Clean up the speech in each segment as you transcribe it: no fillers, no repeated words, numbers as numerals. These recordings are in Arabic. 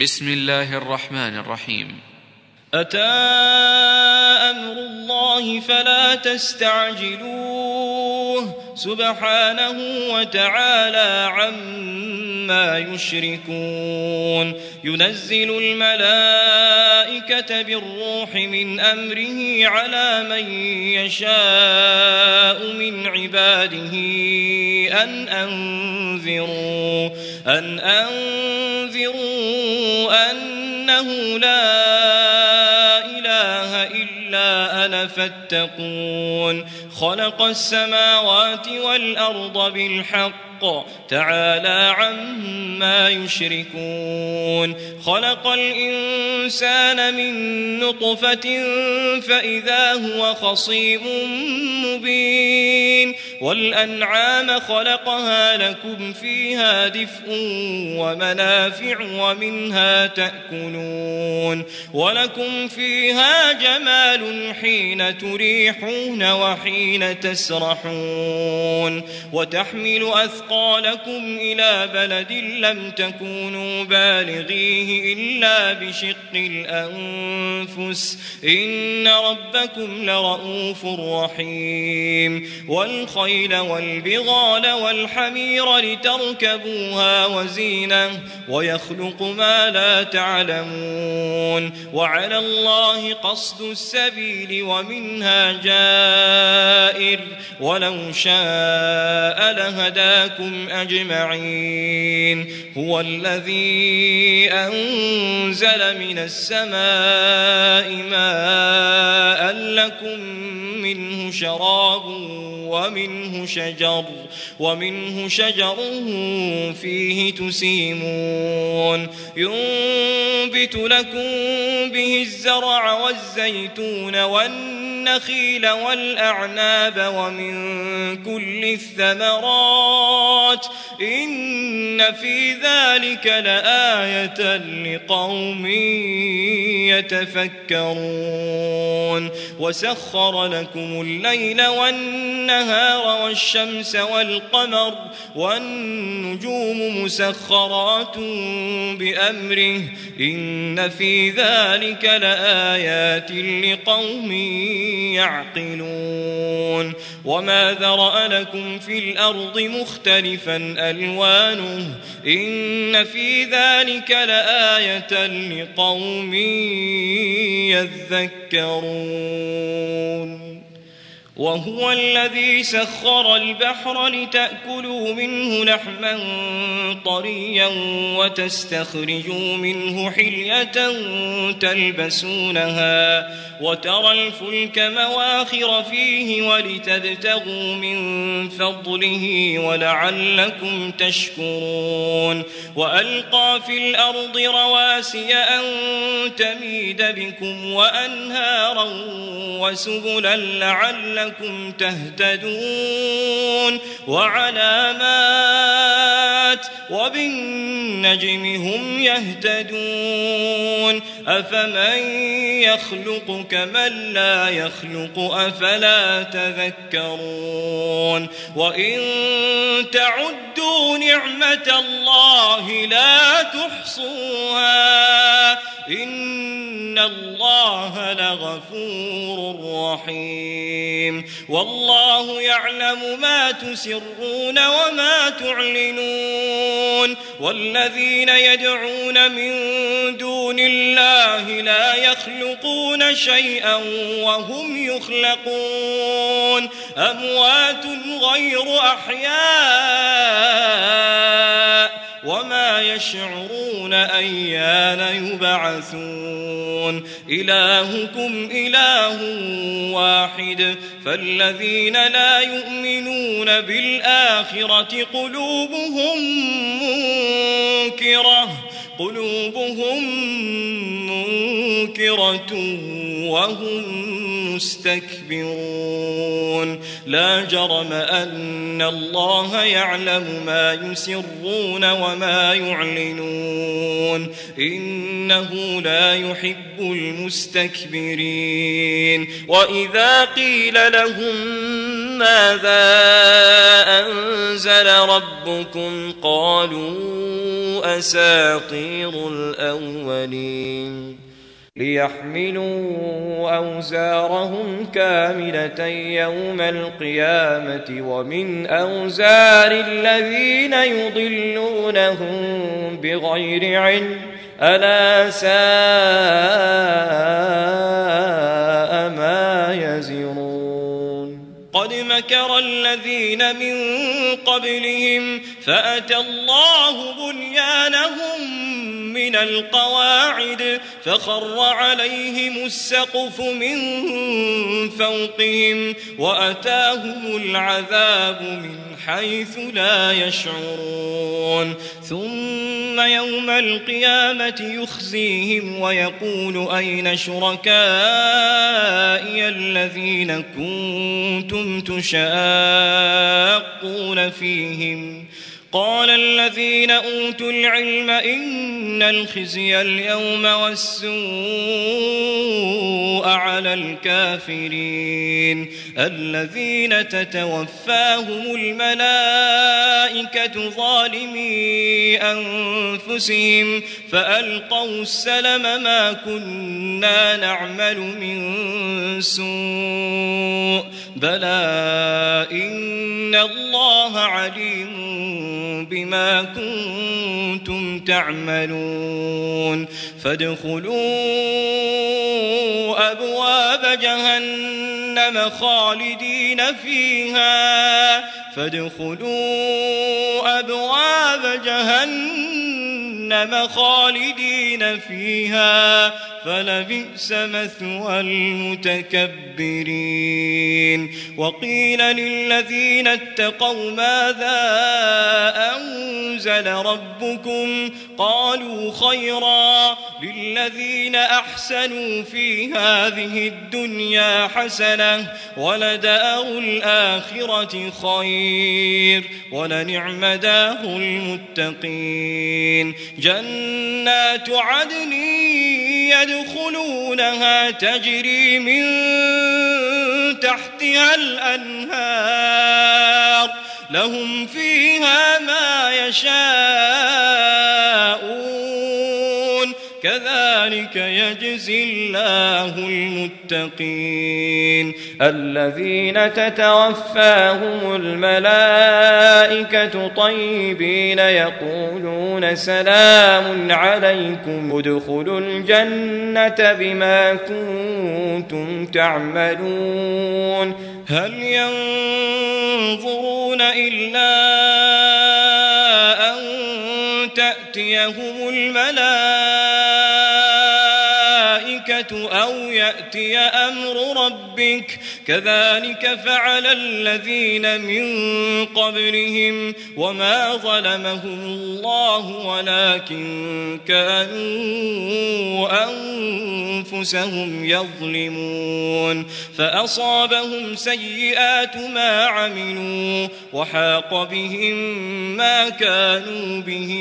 بسم الله الرحمن الرحيم. أتى أمر الله فلا تستعجلوه سبحانه وتعالى عما يشركون. ينزل الملائكة بالروح من أمره على من يشاء من عباده أن أنذروا أنه لا إله إلا أنا فاتقون. خلق السماوات والأرض بالحق تعالى عما يشركون. خلق الإنسان من نطفة فإذا هو خصيم مبين. والأنعام خلقها لكم فيها دفء ومنافع ومنها تأكلون ولكم فيها جمال حين تريحون وحين تسرحون. وتحمل أثقالكم إلى بلد لم تكونوا بالغيه إلا بشق الأنفس إن ربكم لرؤوف رحيم. والخيل والبغال والحمير لتركبوها وزينة ويخلق ما لا تعلمون. وعلى الله قصد السبيل ومنها جائر ولو شاء لهداكم أجمعين. هو الذي أنزل من السماء ماء لكم منه شراب ومنه شجر فيه تسيمون. ينبت لكم به الزرع والزيتون والنخيل والأعناب ومن كل الثمرات إن في ذلك لآية لقوم يتفكرون. وسخر لكم الليل والنهار والشمس والقمر والنجوم مسخرات بأمره إن في ذلك لآيات لقوم يعقلون. وما ذرأ لكم في الأرض مختلفا ألوانه إن في ذلك لآية لقوم يذكرون. وهو الذي سخر البحر لتأكلوا منه لحما طريا وتستخرجوا منه حلية تلبسونها وترى الفلك مواخر فيه ولتبتغوا من فضله ولعلكم تشكرون. وألقى في الأرض رواسي أن تميد بكم وأنهارا وسبلا لعلكم تهتدون. وعلامات وبالنجم هم يهتدون. أفمن يخلق كمن لا يخلق أفلا تذكرون. وإن تعدوا نعمة الله لا تحصوها إن الله لغفور رحيم. والله يعلم ما تسرون وما تعلنون. والذين يدعون من دون الله لا يخلقون شيئا وهم يخلقون أموات غير أحياء وما يشعرون أيان يبعثون. إلهكم إله واحد فالذين لا يؤمنون بالآخرة قلوبهم منكرة وهم مستكبرون. لا جرم أن الله يعلم ما يسرون وما يعلنون إنه لا يحب المستكبرين. وإذا قيل لهم ماذا أنزل ربكم قالوا أساطير الأولين ليحملوا أوزارهم كاملة يوم القيامة ومن أوزار الذين يضلونهم بغير علم ألا ساء ما يزرون قد مكر الذين من قبلهم فأتى الله بنيانهم من القواعد فخر عليهم السقف من فوقهم وأتاهم العذاب من حيث لا يشعرون ثم يوم القيامة يخزيهم ويقول أين شركائي الذين كنتم تشاقون فيهم قال الذين أوتوا العلم إن الخزي اليوم والسوء على الكافرين الذين تتوفاهم الملائكة ظالمي أنفسهم فألقوا السلم ما كنا نعمل من سوء بلى إن الله عليم بما كنتم تعملون فادخلوا أبواب جهنم خالدين فيها فلبئس مثوى المتكبرين وقيل للذين اتقوا ماذا أنزل ربكم قالوا خيرا للذين أحسنوا في هذه الدنيا حسنة ولدار الآخرة خير ولنعم دار المتقين جنات عدن يدخلونها تجري من تحتها الأنهار لهم فيها ما يشاءون كذلك يجزي الله المتقين الذين تتوفاهم الملائكة طيبين يقولون سلام عليكم ادخلوا الجنة بما كنتم تعملون هل ينظرون إلا أن تأتيهم الملائكة أو يأتي أمر ربك كذلك فعل الذين من قبلهم وما ظلمهم الله ولكن كانوا أنفسهم يظلمون فأصابهم سيئات ما عملوا وحاق بهم ما كانوا به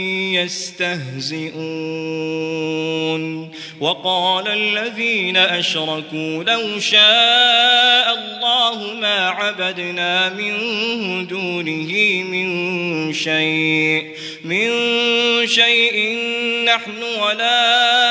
يستهزئون وقال الذين أشركوا لو شاء الله ما عبدنا من دونه من شيء نحن ولا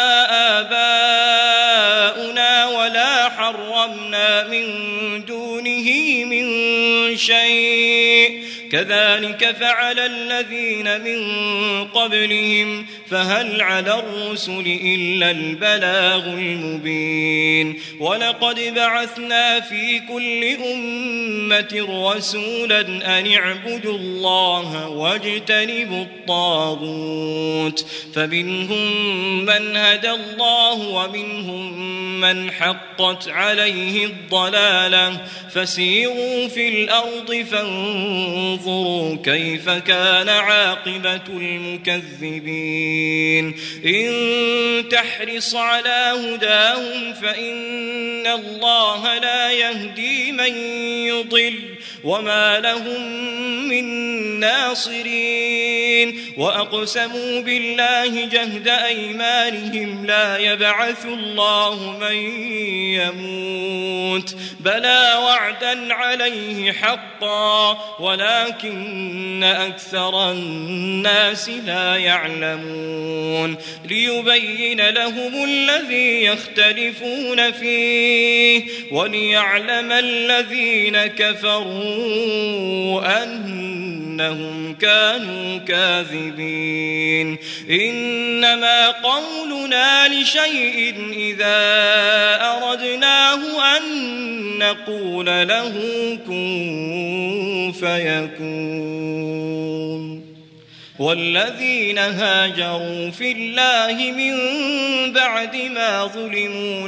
آباؤنا ولا حرمنا من دونه من شيء كذلك فعل الذين من قبلهم فهل على الرسل إلا البلاغ المبين ولقد بعثنا في كل أمة رسولا أن اعبدوا الله واجتنبوا الطاغوت فمنهم من هدى الله ومنهم من حقت عليه الضلالة فسيروا في الأرض فانظروا كيف كان عاقبة المكذبين إن تحرص على هداهم فإن الله لا يهدي من يضل وما لهم من ناصرين وأقسموا بالله جهد أيمانهم لا يبعث الله من يموت بلى وعدا عليه حقا ولكن أكثر الناس لا يعلمون ليبين لهم الذي يختلفون فيه وليعلم الذين كفروا أنهم كانوا كاذبين إنما قولنا لشيء إذا أردناه أن نقول له كن فيكون والذين هاجروا في الله من بعد ما ظلموا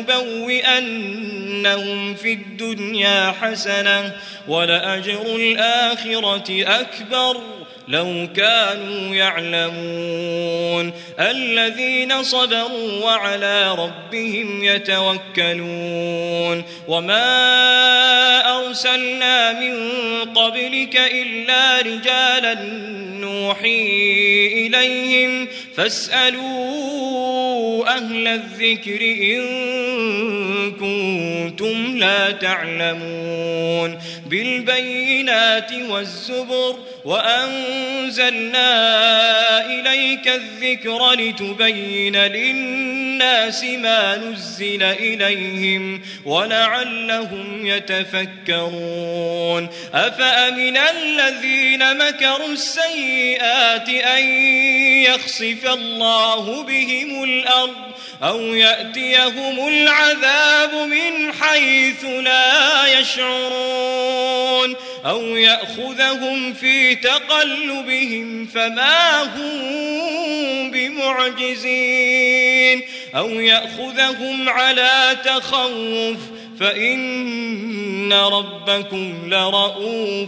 لنبوئنهم في الدنيا حسنة ولأجر الآخرة أكبر لو كانوا يعلمون الذين صبروا وعلى ربهم يتوكلون وما أرسلنا من قبلك إلا رجالا نوحي إليهم فاسألوا أهل الذكر إن كنتم لا تعلمون بالبينات والزبر وأنزلنا إليك الذكر لتبين للناس ما نزل إليهم ولعلهم يتفكرون أفأمن الذين مكروا السيئات أن يخسف الله بهم الأرض أو يأتيهم العذاب من حيث لا يشعرون أو يأخذهم في تقلبهم فما هم بمعجزين أو يأخذهم على تخوف فإن ربكم لرؤوف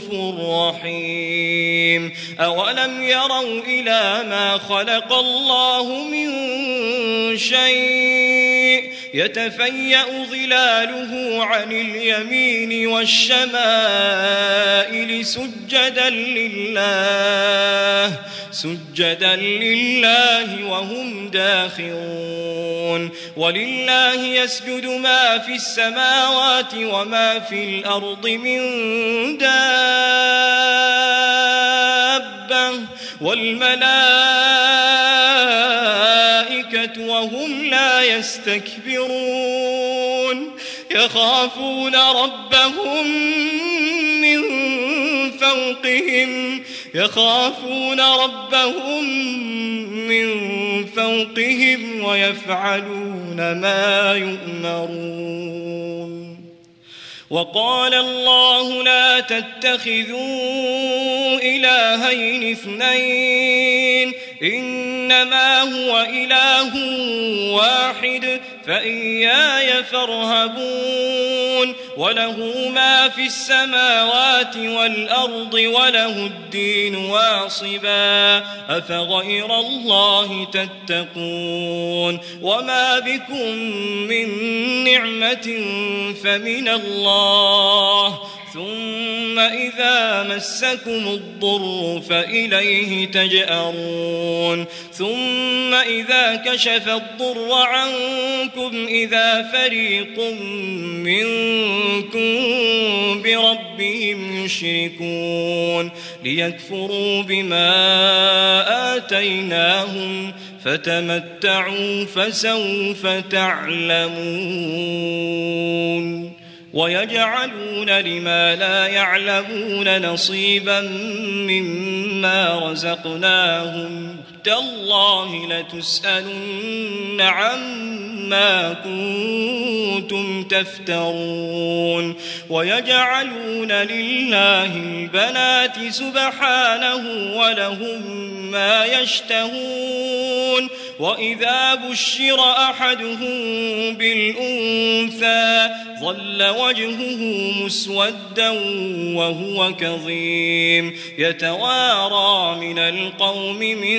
رحيم أولم يروا إلى ما خلق الله من شيء يتفيأ ظلاله عن اليمين والشمائل سجدا لله وهم داخرون ولله يسجد ما في السماوات وما في الأرض من دابة والملائكة وهم لا يستكبرون يخافون ربهم من فوقهم ويفعلون ما يؤمرون وقال الله لا تتخذوا إلهين اثنين إنما هو إله واحد فإياي فارهبون وله ما في السماوات والأرض وله الدين واصبا أفغير الله تتقون وما بكم من نعمة فمن الله ثم إذا مسكم الضر فإليه تجأرون ثم إذا كشف الضر عنكم إذا فريق منكم بربهم يشركون ليكفروا بما آتيناهم فتمتعوا فسوف تعلمون ويجعلون لما لا يعلمون نصيبا مما رزقناهم تالله لتسألن عما كنتم تفترون ويجعلون لله البنات سبحانه ولهم ما يشتهون وإذا بشر أحدهم بالأنثى ظل وجهه مسودا وهو كظيم يتوارى من القوم من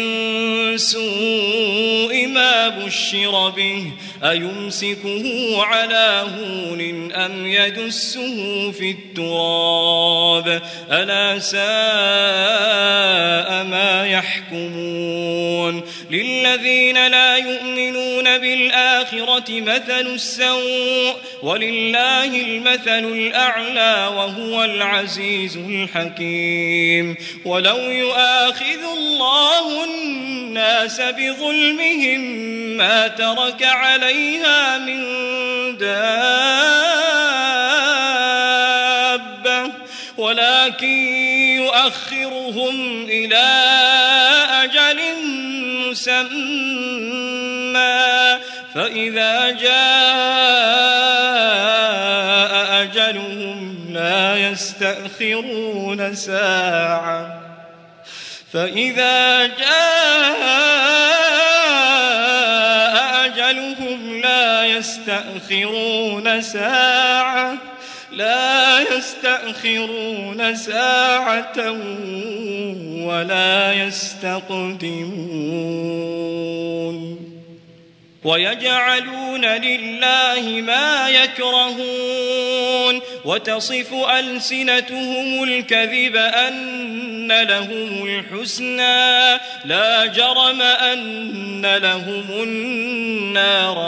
سوء ما بشر به أيمسكه على هون أم يدسه في التراب ألا ساء ما يحكمون للذين لا يؤمنون بالآخرة مثل السوء ولله المثل الأعلى وهو العزيز الحكيم ولو يؤاخذ الله الناس بظلمهم ما ترك عليها من دابة ولكن يؤخرهم إلى أجل مسمى فإذا جاء أجلهم لا يستأخرون ساعة فإذا جاء أجلهم لا يستأخرون ساعة ولا يستقدمون ويجعلون لله ما يكرهون وتصف ألسنتهم الكذب أن لهم الحسنى لا جرم أن لهم النار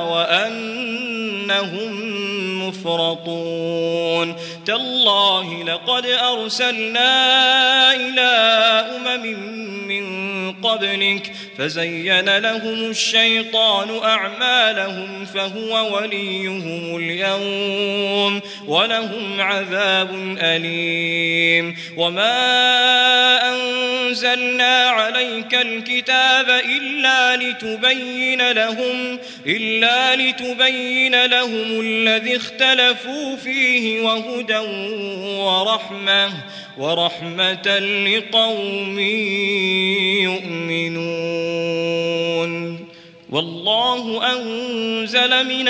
وأنهم مفرطون تالله لقد أرسلنا إلى من قبلك فزين لهم الشيطان أعمالهم فهو وليهم اليوم ولهم عذاب أليم وما أنزلنا عليك الكتاب إلا لتبين لهم الذي اختلفوا فيه وهدى ورحمة لقوم يؤمنون والله أنزل من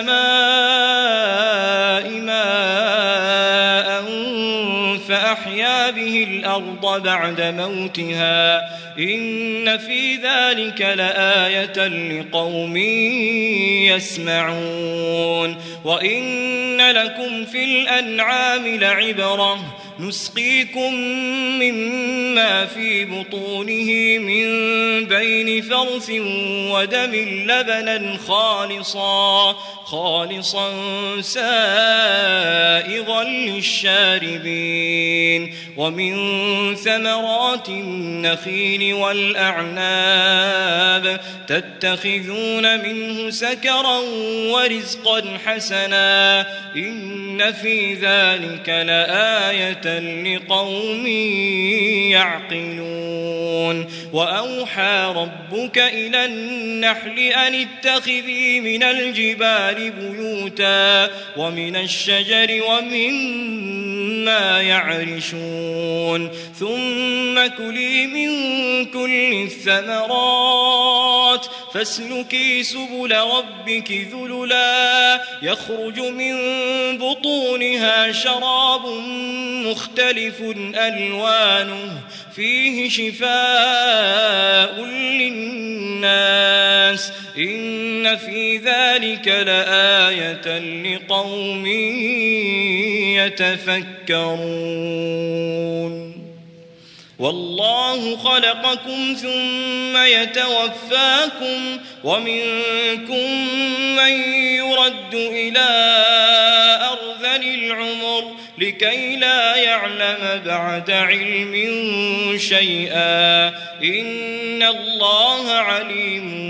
السماء ماء فأحيا به الأرض بعد موتها إن في ذلك لآية لقوم يسمعون وإن لكم في الأنعام لعبرة نسقيكم مما في بطونه من بين فرث ودم لبنا خالصا سائغا للشاربين ومن ثمرات النخيل والأعناب تتخذون منه سكرا ورزقا حسنا إن في ذلك لآية لقوم يعقلون وأوحى ربك إلى النحل أن اتخذي من الجبال بيوتا ومن الشجر ومما يعرشون ثم كلي من كل الثمرات فاسلكي سبل ربك ذللا يخرج من بطونها شراب مختلف ألوانه فيه شفاء للناس إن في ذلك لآية لقوم يتفكرون والله خلقكم ثم يتوفاكم ومنكم من يرد إلى أرذل العمر لكي لا يعلم بعد علم شيئا إن الله عليم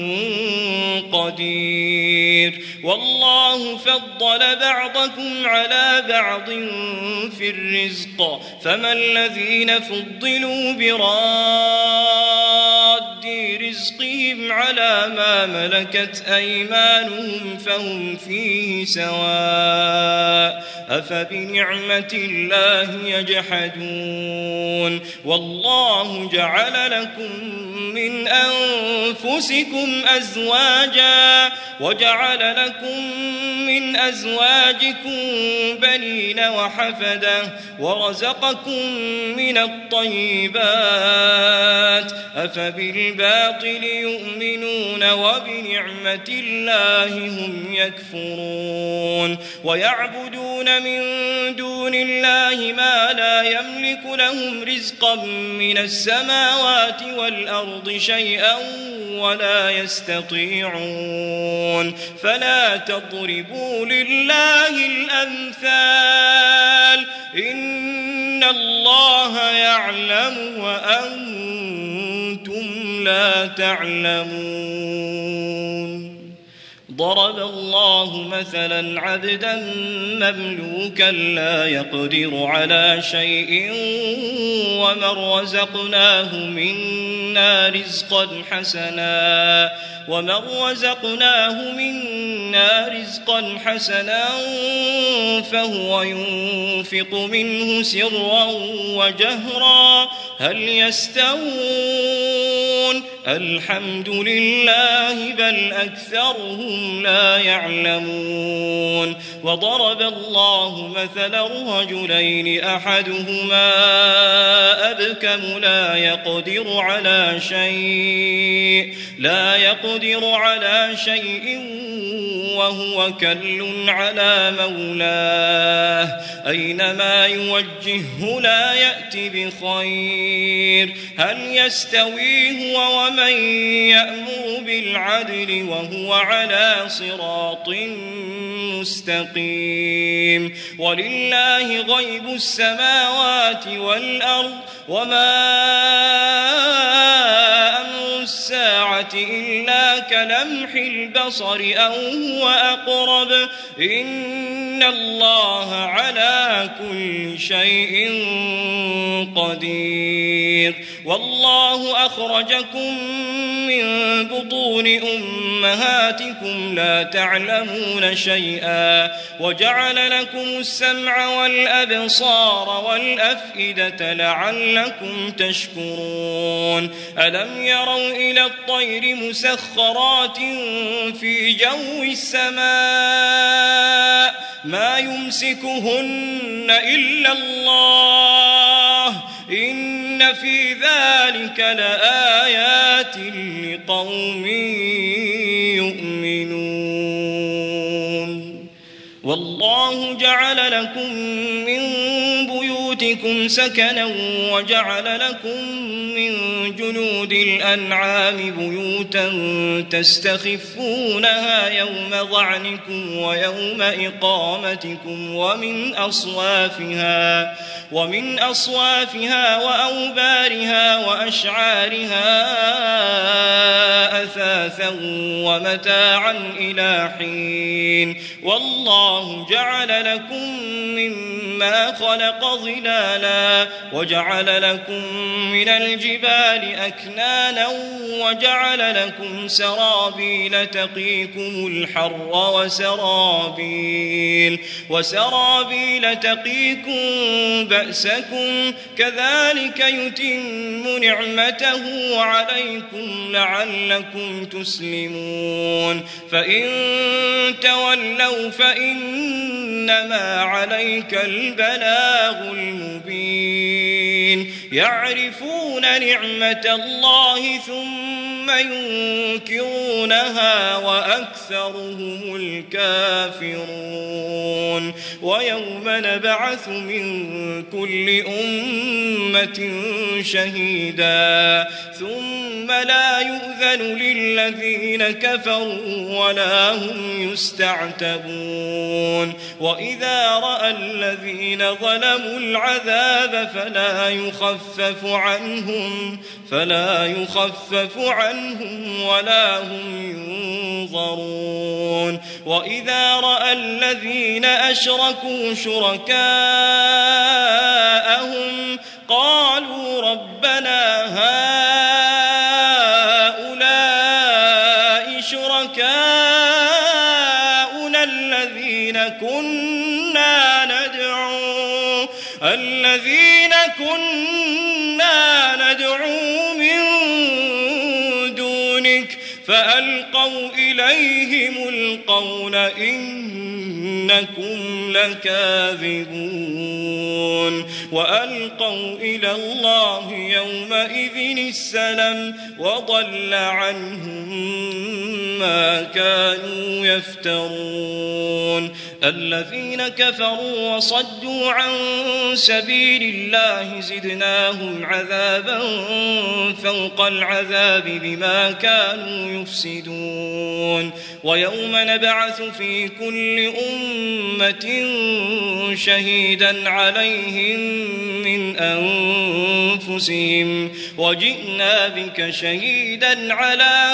قدير والله فضل بعضكم على بعض في الرزق فما الذين فضلوا براد رَادِّي رِزْقِهِمْ عَلَى مَا مَلَكَتْ أَيْمَانُهُمْ فَهُمْ فِيهِ سَوَاءٌ أَفَبِنِعْمَةِ اللَّهِ يَجْحَدُونَ وَاللَّهُ جَعَلَ لَكُم مِّنْ أَنفُسِكُمْ أَزْوَاجًا وَجَعَلَ لَكُم مِّنْ أَزْوَاجِكُمْ بَنِينَ وَحَفَدَةً وَرَزَقَكُم مِّنَ الطَّيِّبَاتِ أَفَبِالْبَاطِلِ يُؤْمِنُونَ وَبِنِعْمَةِ اللَّهِ هُمْ يَكْفُرُونَ وَيَعْبُدُونَ مِن دُونِ اللَّهِ مَا لَا يَمْلِكُ لَهُمْ رِزْقًا مِّنَ السَّمَاوَاتِ وَالْأَرْضِ شَيْئًا ولا يستطيعون فلا تضربوا لله الأمثال إن الله يعلم وأنتم لا تعلمون ضرب الله مثلا عبدا مملوكا لا يقدر على شيء ومن رزقناه منا رزقا حسنا فهو ينفق منه سرا وجهرا هل يستوون الحمد لله بل أكثرهم لا يعلمون وضرب الله مثلا رجلين أحدهما أبكم لا يقدر على شيء وهو كل على مولاه أينما يوجهه لا يأتي بخير هل يستوي هو ومن يأمر بالعدل وهو على صراط مستقيم ولله غيب السماوات والأرض وما أمر الساعة إلا كلمح البصر أو هو أقرب إن الله على كل شيء قدير والله أخرجكم من بطون أمهاتكم لا تعلمون شيئا وجعل لكم السمع والأبصار والأفئدة لعلكم تشكرون ألم يروا إلى الطير مسخرات في جو السماء ما يمسكهن إلا الله إن في ذلك لآيات لقوم يؤمنون والله جعل لكم من بيوتكم سكنا وجعل لكم من جلود الأنعام بيوتا تستخفونها يوم ظعنكم ويوم إقامتكم ومن أصوافها وأوبارها وأشعارها أثاثا ومتاعا إلى حين والله جعل لكم مما خلق ظلالا وجعل لكم من الجبال أكنانا وجعل لكم سرابيل تقيكم الحر وسرابيل تقيكم بأسكم كذلك يتم نعمته عليكم لعلكم تسلمون فإن تولوا فإنما عليك البلاغ المبين يعرفون نعمة الله ثم ينكرونها وأكثرهم الكافرون ويوم نبعث من كل أمة شهيدا ثم لا يؤذن للذين كفروا ولا هم يستعتبون وإذا رأى الذين ظلموا العذاب فلا يخفف عنهم ولا هم ينظرون وإذا رأى الذين أشركوا شركاءهم قالوا ربنا هؤلاء الذين كنا ندعو من دونك فألقوا إليهم القول إنكم لكاذبون وألقوا إلى الله يومئذ السلم وضل عنهم ما كانوا يفترون الذين كفروا وصدوا عن سبيل الله زدناهم عذابا فوق العذاب بما كانوا يفسدون ويوم نبعث في كل أمة شهيدا عليهم من أنفسهم وجئنا بك شهيدا على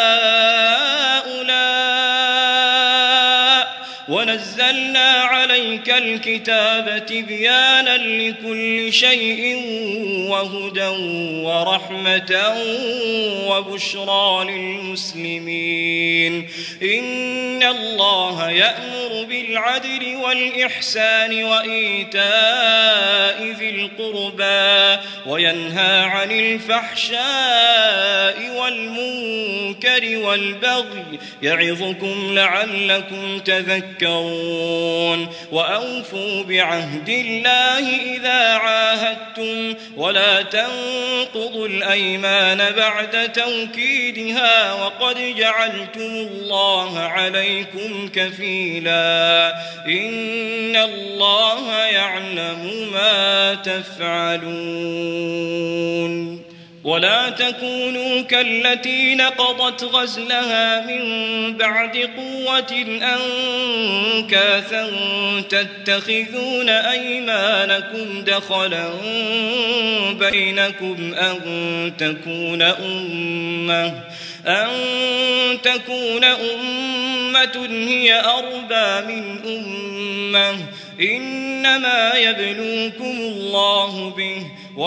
هؤلاء ونزلنا عليك الكتاب تبيانا لكل شيء وهدى ورحمة وبشرى للمسلمين إن الله يأمر بالعدل والإحسان وإيتاء ذي القربى وينهى عن الفحشاء والمنكر والبغي يعظكم لعلكم تذكرون وأوفوا بعهد الله إذا عاهدتم ولا تنقضوا الأيمان بعد توكيدها وقد جعلتم الله عليكم كفيلا إن الله يعلم ما تفعلون ولا تكونوا كالتي نقضت غزلها من بعد قوة أنكاثا تتخذون أيمانكم دخلا بينكم أن تكون أمة هي أربى من أمة إنما يبلوكم الله به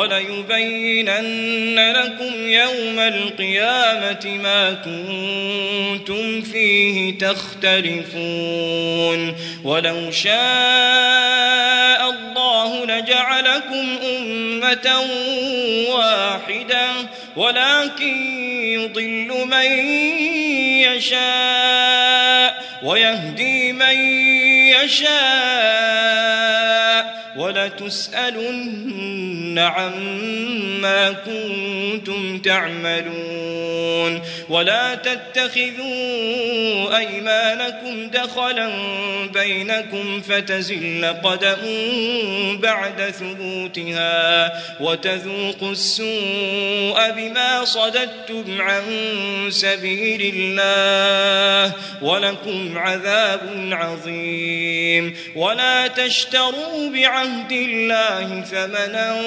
وليبينن لكم يوم القيامة ما كنتم فيه تختلفون ولو شاء الله لجعلكم أمة واحدة ولكن يضل من يشاء ويهدي من يشاء ولتسألن عما كنتم تعملون ولا تتخذوا أيمانكم دخلا بينكم فتزل قدم بعد ثبوتها وتذوقوا السوء بما صددتم عن سبيل الله ولكم عذاب عظيم ولا تشتروا بعهد الله ثمنا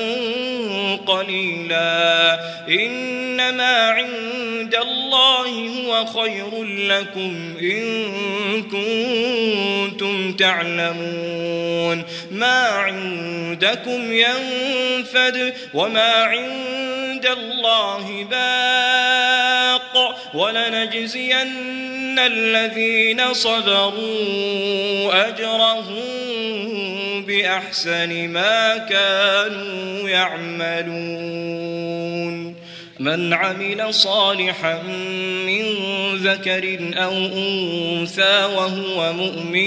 قليلا إنما عند الله هو خير لكم إن كنتم تعلمون ما عندكم ينفد وما عند الله باق ولنجزين الذين صبروا أجرهم بأحسن ما كانوا يعملون من عمل صالحا من ذكر أو أنثى وهو مؤمن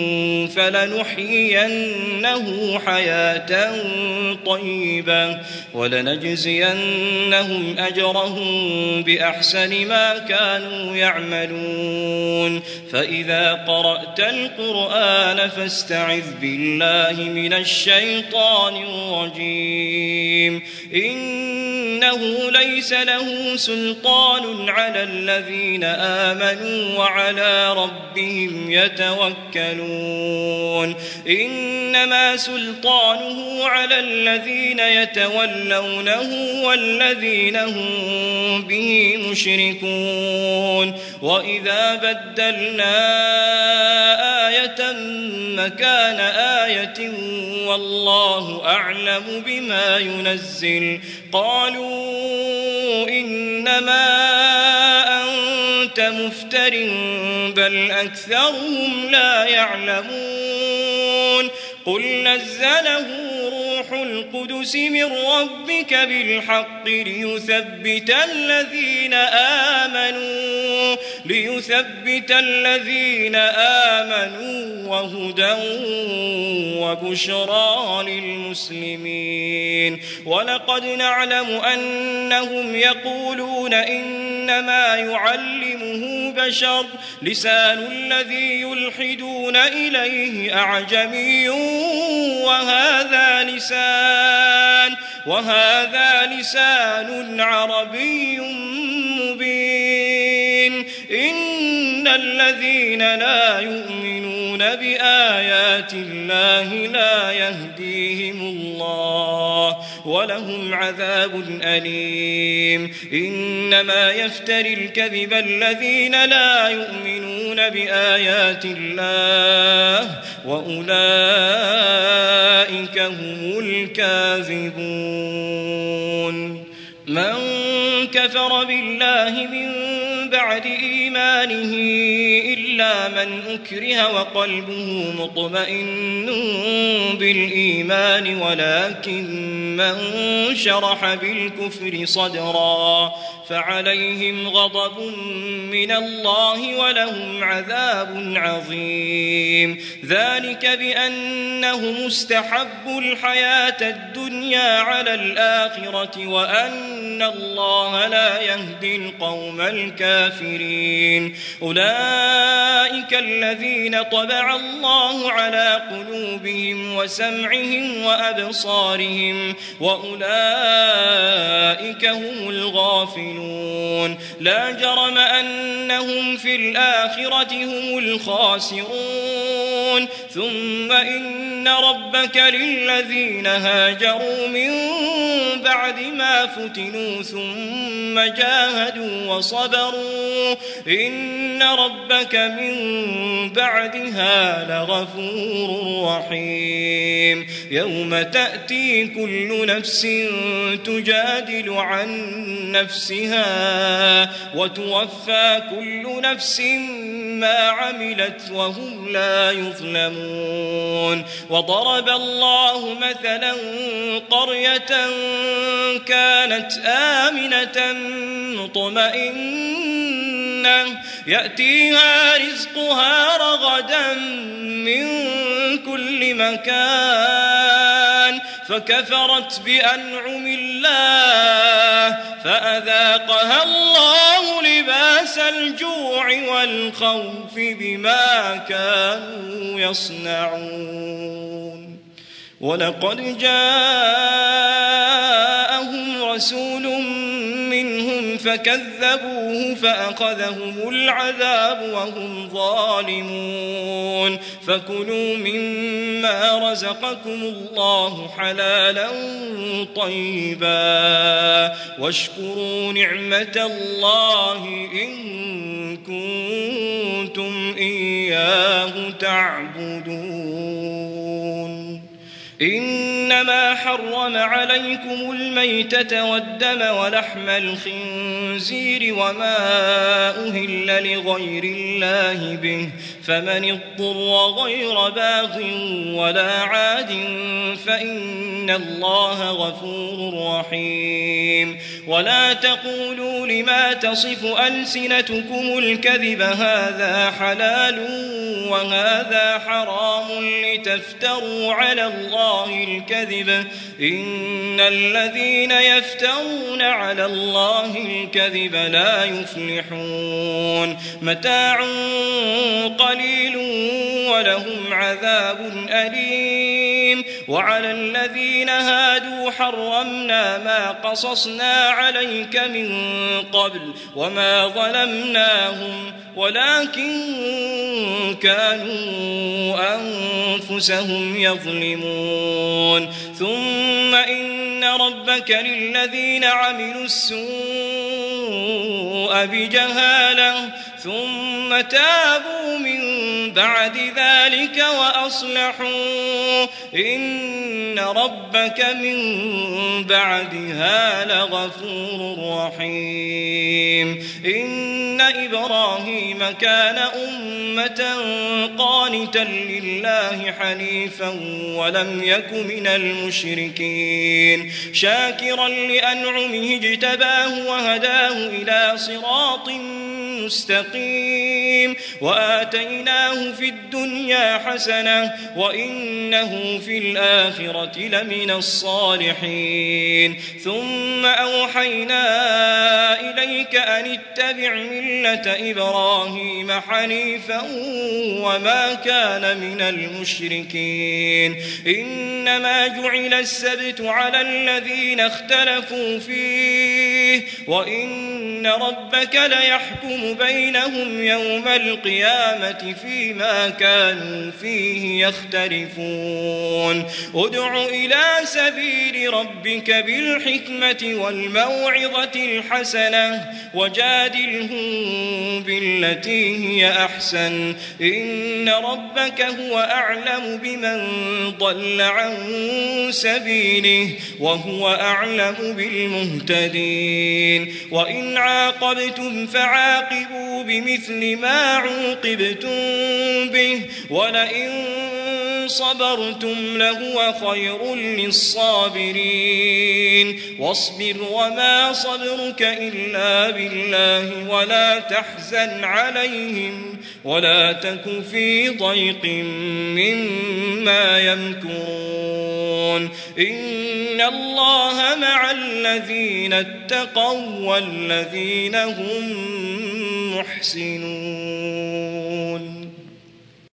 فلنحيينه حياة طيبة ولنجزينهم أجرهم بأحسن ما كانوا يعملون فإذا قرأت القرآن فاستعذ بالله من الشيطان الرجيم إنه ليس له سلطان على الذين آمنوا وعلى ربهم يتوكلون إنما سلطانه على الذين يتولونه والذين هم به مشركون وإذا بدلنا آية مكان آية والله أعلم بما ينزل قالوا إنما أنت مفتر بل أكثرهم لا يعلمون قل نزله روح القدس من ربك بالحق ليثبت الذين آمنوا وهدى وبشرى للمسلمين ولقد نعلم أنهم يقولون إنما يعلمه بشر لسان الذي يلحدون إليه أعجمي وهذا لسان عربي مبين إن الذين لا يؤمنون بآيات الله لا يهديهم الله ولهم عذاب أليم إنما يفتري الكذب الذين لا يؤمنون بآيات الله وأولئك هم الكاذبون من كفر بالله من بعد إيمانه إلا من أكره وقلبه مطمئن بالإيمان ولكن من شرح بالكفر صدرا فعليهم غضب من الله ولهم عذاب عظيم ذلك بأنهم استحبوا الحياة الدنيا على الآخرة وأن الله لا يهدي القوم الكافرين أولئك الذين طبع الله على قلوبهم وسمعهم وأبصارهم وأولئك هم الغافلون لا جرم أنهم في الآخرة هم الخاسرون ثم إن ربك للذين هاجروا من بعد ما فتنوا ثم جاهدوا وصبروا إن ربك من بعدها لغفور رحيم يوم تأتي كل نفس تجادل عن نفسها وتوفى كل نفس ما عملت وهم لا يظلمون وضرب الله مثلا قرية كانت آمنة مطمئنة يأتيها رزقها رغدا من كل مكان فكفرت بأنعم الله فأذاقها الله لباس الجوع والخوف بما كانوا يصنعون ولقد جاءهم رسول منهم فكذبوه فأخذهم العذاب وهم ظالمون فكلوا مما رزقكم الله حلالا طيبا واشكروا نعمة الله إن كنتم إياه تعبدون إنما حرم عليكم الميتة والدم ولحم الخنزير وما أهل لغير الله به فمن اضطر غير باغ ولا عاد فإن الله غفور رحيم ولا تقولوا لما تصف ألسنتكم الكذب هذا حلال وهذا حرام لتفتروا على الله الكذب إن الذين يفترون على الله الكذب لا يفلحون متاع قليل ولهم عذاب أليم وعلى الذين هادوا حرمنا ما قصصنا عليك من قبل وما ظلمناهم ولكن كانوا أنفسهم يظلمون ثم إن ربك للذين عملوا السوء بجهالة ثم تابوا من بعد ذلك وأصلحوا إن ربك من بعدها لغفور رحيم إن إبراهيم كان أمة قانتا لله حنيفا ولم يك من المشركين شاكرا لأنعمه اجتباه وهداه إلى صراط مستقيم وآتيناه في الدنيا حسنة وإنه في الآخرة لمن الصالحين ثم أوحينا إليك أن اتبع ملة إبراهيم حنيفا وما كان من المشركين إنما جعل السبت على الذين اختلفوا فيه وإن ربك ليحكم بينهم يوم القيامة فيما كانوا فيه يختلفون ادع إلى سبيل ربك بالحكمة والموعظة الحسنة وجادلهم بالتي هي أحسن إن ربك هو أعلم بمن ضل عن سبيله وهو أعلم بالمهتدين وإن عاقبتم فعاقبوا بمثل ما عوقبتم به ولئن صبرتم لهو خير للصابرين واصبر وما صبرك إلا بالله ولا تحزن عليهم ولا تك في ضيق مما يمكرون إن الله مع الذين اتقوا والذين هم محسنون